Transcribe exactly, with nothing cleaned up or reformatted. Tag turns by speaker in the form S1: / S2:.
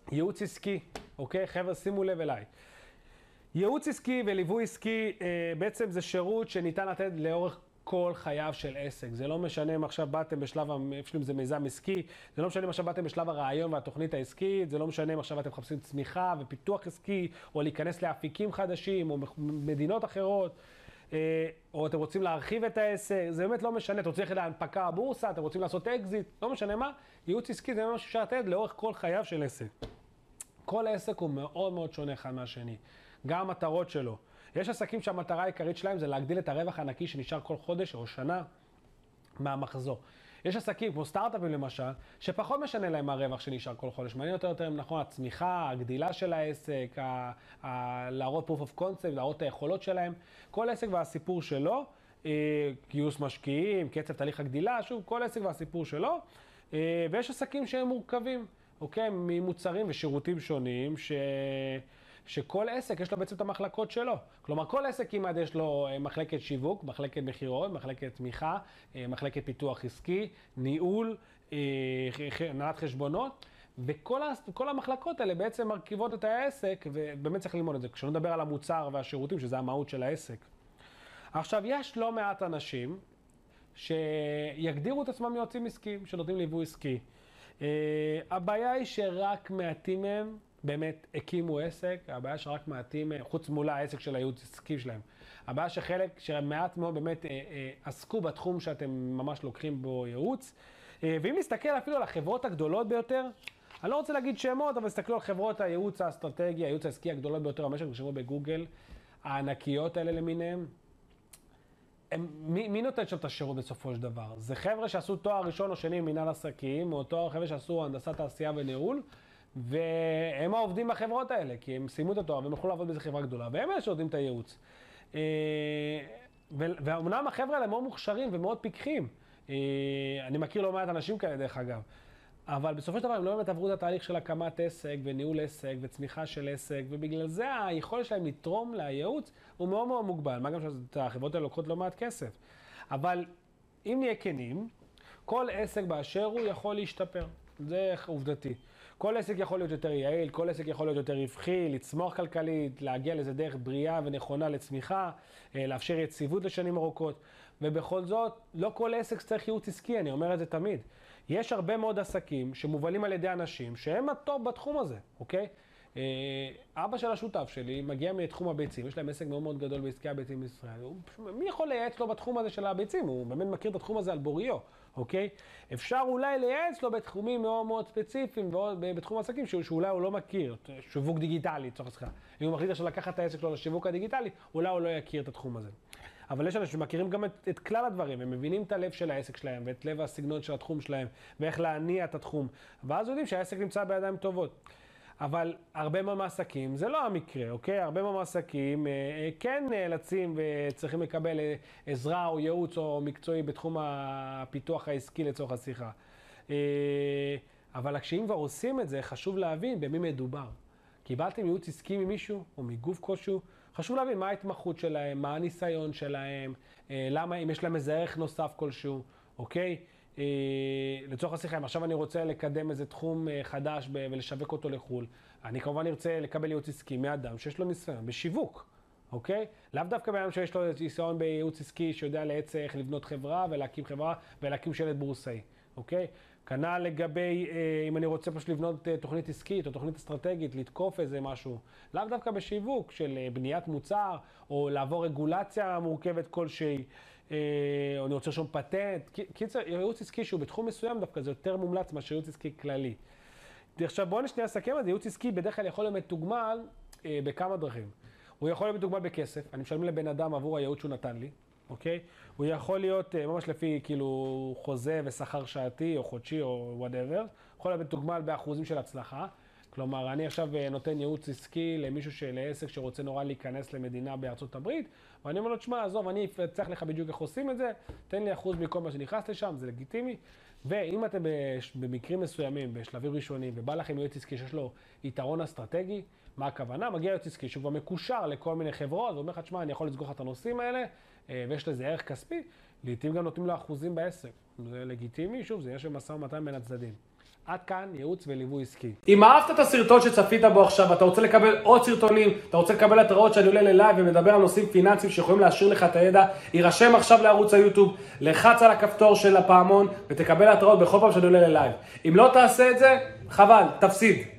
S1: ייעוץ עסקי, אוקיי? חבר'ה, שימו לב אליי. ייעוץ עסקי וליווי עסקי, אה, בעצם זה שירות שניתן לתת לאורך כל חייו של עסק. זה לא משנה אם עכשיו באתם בשלב, אפילו אם זה מיזם עסקי, זה לא משנה אם עכשיו באתם בשלב הרעיון והתוכנית העסקית, זה לא משנה אם עכשיו אתם מחפשים צמיחה ופיתוח עסקי, או להיכנס לאפיקים חדשים, או מדינות אחרות, אה, או אתם רוצים להרחיב את העסק, זה באמת לא משנה, אתם רוצים ללכת להנפקה בבורסה, אתם רוצים לעשות אקזיט, לא משנה מה, ייעוץ עסקי זה משהו שאפשר לתת לאורך כל חייו של עסק. כל עסק הוא מאוד מאוד שונה אחד מהשני. גם המטרות שלו. יש עסקים שהמטרה העיקרית שלהם זה להגדיל את הרווח הנקי שנשאר כל חודש או שנה מהמחזור. יש עסקים כמו סטארט-אפים למשל, שפחות משנה להם הרווח שנשאר כל חודש. מעניין יותר יותר נכון הצמיחה, הגדילה של העסק, ה- ה- להראות proof of concept, להראות את היכולות שלהם. כל עסק והסיפור שלו, אה, גיוס משקיעים, קצב תהליך הגדילה, שוב, כל עסק והסיפור שלו. אה, ויש עסקים שהם מורכבים. אוקיי? ממוצרים ושירותים שונים, ש... שכל עסק יש לו בעצם את המחלקות שלו. כלומר, כל עסק כמעט יש לו מחלקת שיווק, מחלקת מחירות, מחלקת תמיכה, מחלקת פיתוח עסקי, ניהול, הנהלת חשבונות, וכל כל המחלקות האלה בעצם מרכיבות את העסק, ובאמת צריך ללמוד את זה. כשאני מדבר על המוצר והשירותים, שזה המהות של העסק. עכשיו, יש לא מעט אנשים שיגדירו את עצמם יועצים עסקיים, שנותנים ליווי עסקי. Uh, הבעיה היא שרק מעטים מהם באמת הקימו עסק, הבעיה שרק מעטים, חוץ מולה העסק של הייעוץ עסקי שלהם. הבעיה שחלק, שמעט מאוד באמת uh, uh, עסקו בתחום שאתם ממש לוקחים בו ייעוץ. Uh, ואם נסתכל אפילו על החברות הגדולות ביותר, אני לא רוצה להגיד שמות, אבל נסתכלו על חברות הייעוץ האסטרטגי, הייעוץ העסקי הגדולות ביותר במשק, תרשמו בגוגל, הענקיות האלה למיניהם. הם, מי, מי נותן שם את השירות בסופו של דבר? זה חבר'ה שעשו תואר ראשון או שני מנהל עסקים, או תואר חבר'ה שעשו הנדסת תעשייה וניהול, והם העובדים בחברות האלה, כי הם סיימו את התואר והם יכולו לעבוד באיזה חברה גדולה, והם אלה שעובדים את הייעוץ. ואומנם החבר'ה האלה מאוד מוכשרים ומאוד פיקחים. אני מכיר לא מעט אנשים כאלה דרך אגב. אבל בסופו של דבר הם לא באמת עברו את התהליך של הקמת עסק וניהול עסק וצמיחה של עסק, ובגלל זה היכולת שלהם לתרום לייעוץ הוא מאוד מאוד מוגבל. מה גם שהחברות האלה לוקחות לא מעט כסף. אבל אם נהיה כנים, כל עסק באשר הוא יכול להשתפר. זה עובדתי. כל עסק יכול להיות יותר יעיל, כל עסק יכול להיות יותר רווחי, לצמוח כלכלית, להגיע לזה דרך בריאה ונכונה לצמיחה, לאפשר יציבות לשנים ארוכות. ובכל זאת, לא כל עסק צריך ייעוץ עסקי, אני אומר את זה תמיד. יש הרבה מאוד עסקים שמובלים על ידי אנשים שהם הטופ בתחום הזה, אוקיי? אבא של השותף שלי מגיע מתחום הביצים, יש להם עסק מאוד מאוד גדול בעסקי הביצים בישראל. מי יכול לייעץ לו בתחום הזה של הביצים? הוא באמת מכיר את התחום הזה על בוריו, אוקיי? אפשר אולי לייעץ לו בתחומים מאוד מאוד ספציפיים, בתחום העסקים שאולי הוא לא מכיר, שיווק דיגיטלי, צורך סליחה. אם הוא מחליט עכשיו לקחת את העסק שלו לשיווק הדיגיטלי, אולי הוא לא יכיר את התחום הזה. אבל יש אנשים שמכירים גם את, את כלל הדברים, הם מבינים את הלב של העסק שלהם, ואת לב הסגנון של התחום שלהם, ואיך להניע את התחום, ואז יודעים שהעסק נמצא בידיים טובות. אבל הרבה מהעסקים, זה לא המקרה, אוקיי? הרבה מהעסקים אה, כן נאלצים וצריכים לקבל עזרה או ייעוץ או מקצועי בתחום הפיתוח העסקי לצורך השיחה. אה, אבל כשאם כבר עושים את זה, חשוב להבין במי מדובר. קיבלתם ייעוץ עסקי ממישהו או מגוף כלשהו, חשוב להבין מה ההתמחות שלהם, מה הניסיון שלהם, אה, למה, אם יש להם איזה ערך נוסף כלשהו, אוקיי? לצורך השיחה, אם עכשיו אני רוצה לקדם איזה תחום חדש ולשווק אותו לחול, אני כמובן ארצה לקבל ייעוץ עסקי מאדם שיש לו ניסיון בשיווק, אוקיי? לאו דווקא באדם שיש לו ניסיון בייעוץ עסקי שיודע לעץ איך לבנות חברה ולהקים חברה ולהקים שלט בורסאי, אוקיי? כנ"ל לגבי, אם אני רוצה פשוט לבנות תוכנית עסקית או תוכנית אסטרטגית, לתקוף איזה משהו, לאו דווקא בשיווק של בניית מוצר או לעבור רגולציה מורכבת כלשהי, או אני רוצה לרשום פטנט. קיצר, ייעוץ עסקי שהוא בתחום מסוים דווקא זה יותר מומלץ מאשר ייעוץ עסקי כללי. עכשיו בואו נשנייה לסכם את זה, ייעוץ עסקי בדרך כלל יכול להיות מתוגמל בכמה דרכים. הוא יכול להיות מתוגמל בכסף, אני משלם לבן אדם עבור הייעוץ שהוא נתן לי. אוקיי? הוא יכול להיות ממש לפי כאילו חוזה ושכר שעתי או חודשי או whatever, יכול להיות מתוגמל באחוזים של הצלחה. כלומר, אני עכשיו נותן ייעוץ עסקי למישהו לעסק שרוצה נורא להיכנס למדינה בארצות הברית, ואני אומר לו, תשמע, עזוב, אני אפצח לך בדיוק איך עושים את זה, תן לי אחוז מכל מה שנכנס לשם, זה לגיטימי. ואם אתם במקרים מסוימים, בשלבים ראשונים, ובא לכם ייעוץ עסקי שיש לו יתרון אסטרטגי, מה הכוונה? מגיע ייעוץ עסקי שהוא כבר מקושר לכל מיני חברות, ואומר לך, תשמע, אני יכול לסגור לך את הנושאים האלה, ויש לזה ערך כספי, לעתים גם נותנים לו אחוזים בעסק. זה לגיטימי, שוב, זה יש משא ומתן בין הצדדים. עד כאן ייעוץ וליווי עסקי. אם אהבת את הסרטון שצפית בו עכשיו, אתה רוצה לקבל עוד סרטונים, אתה רוצה לקבל התראות שאני עולה ללייב ומדבר על נושאים פיננסיים שיכולים להשאיר לך את הידע, יירשם עכשיו לערוץ היוטיוב, לחץ על הכפתור של הפעמון ותקבל התראות בכל פעם שאני עולה ללייב. אם לא תעשה את זה, חבל, תפסיד.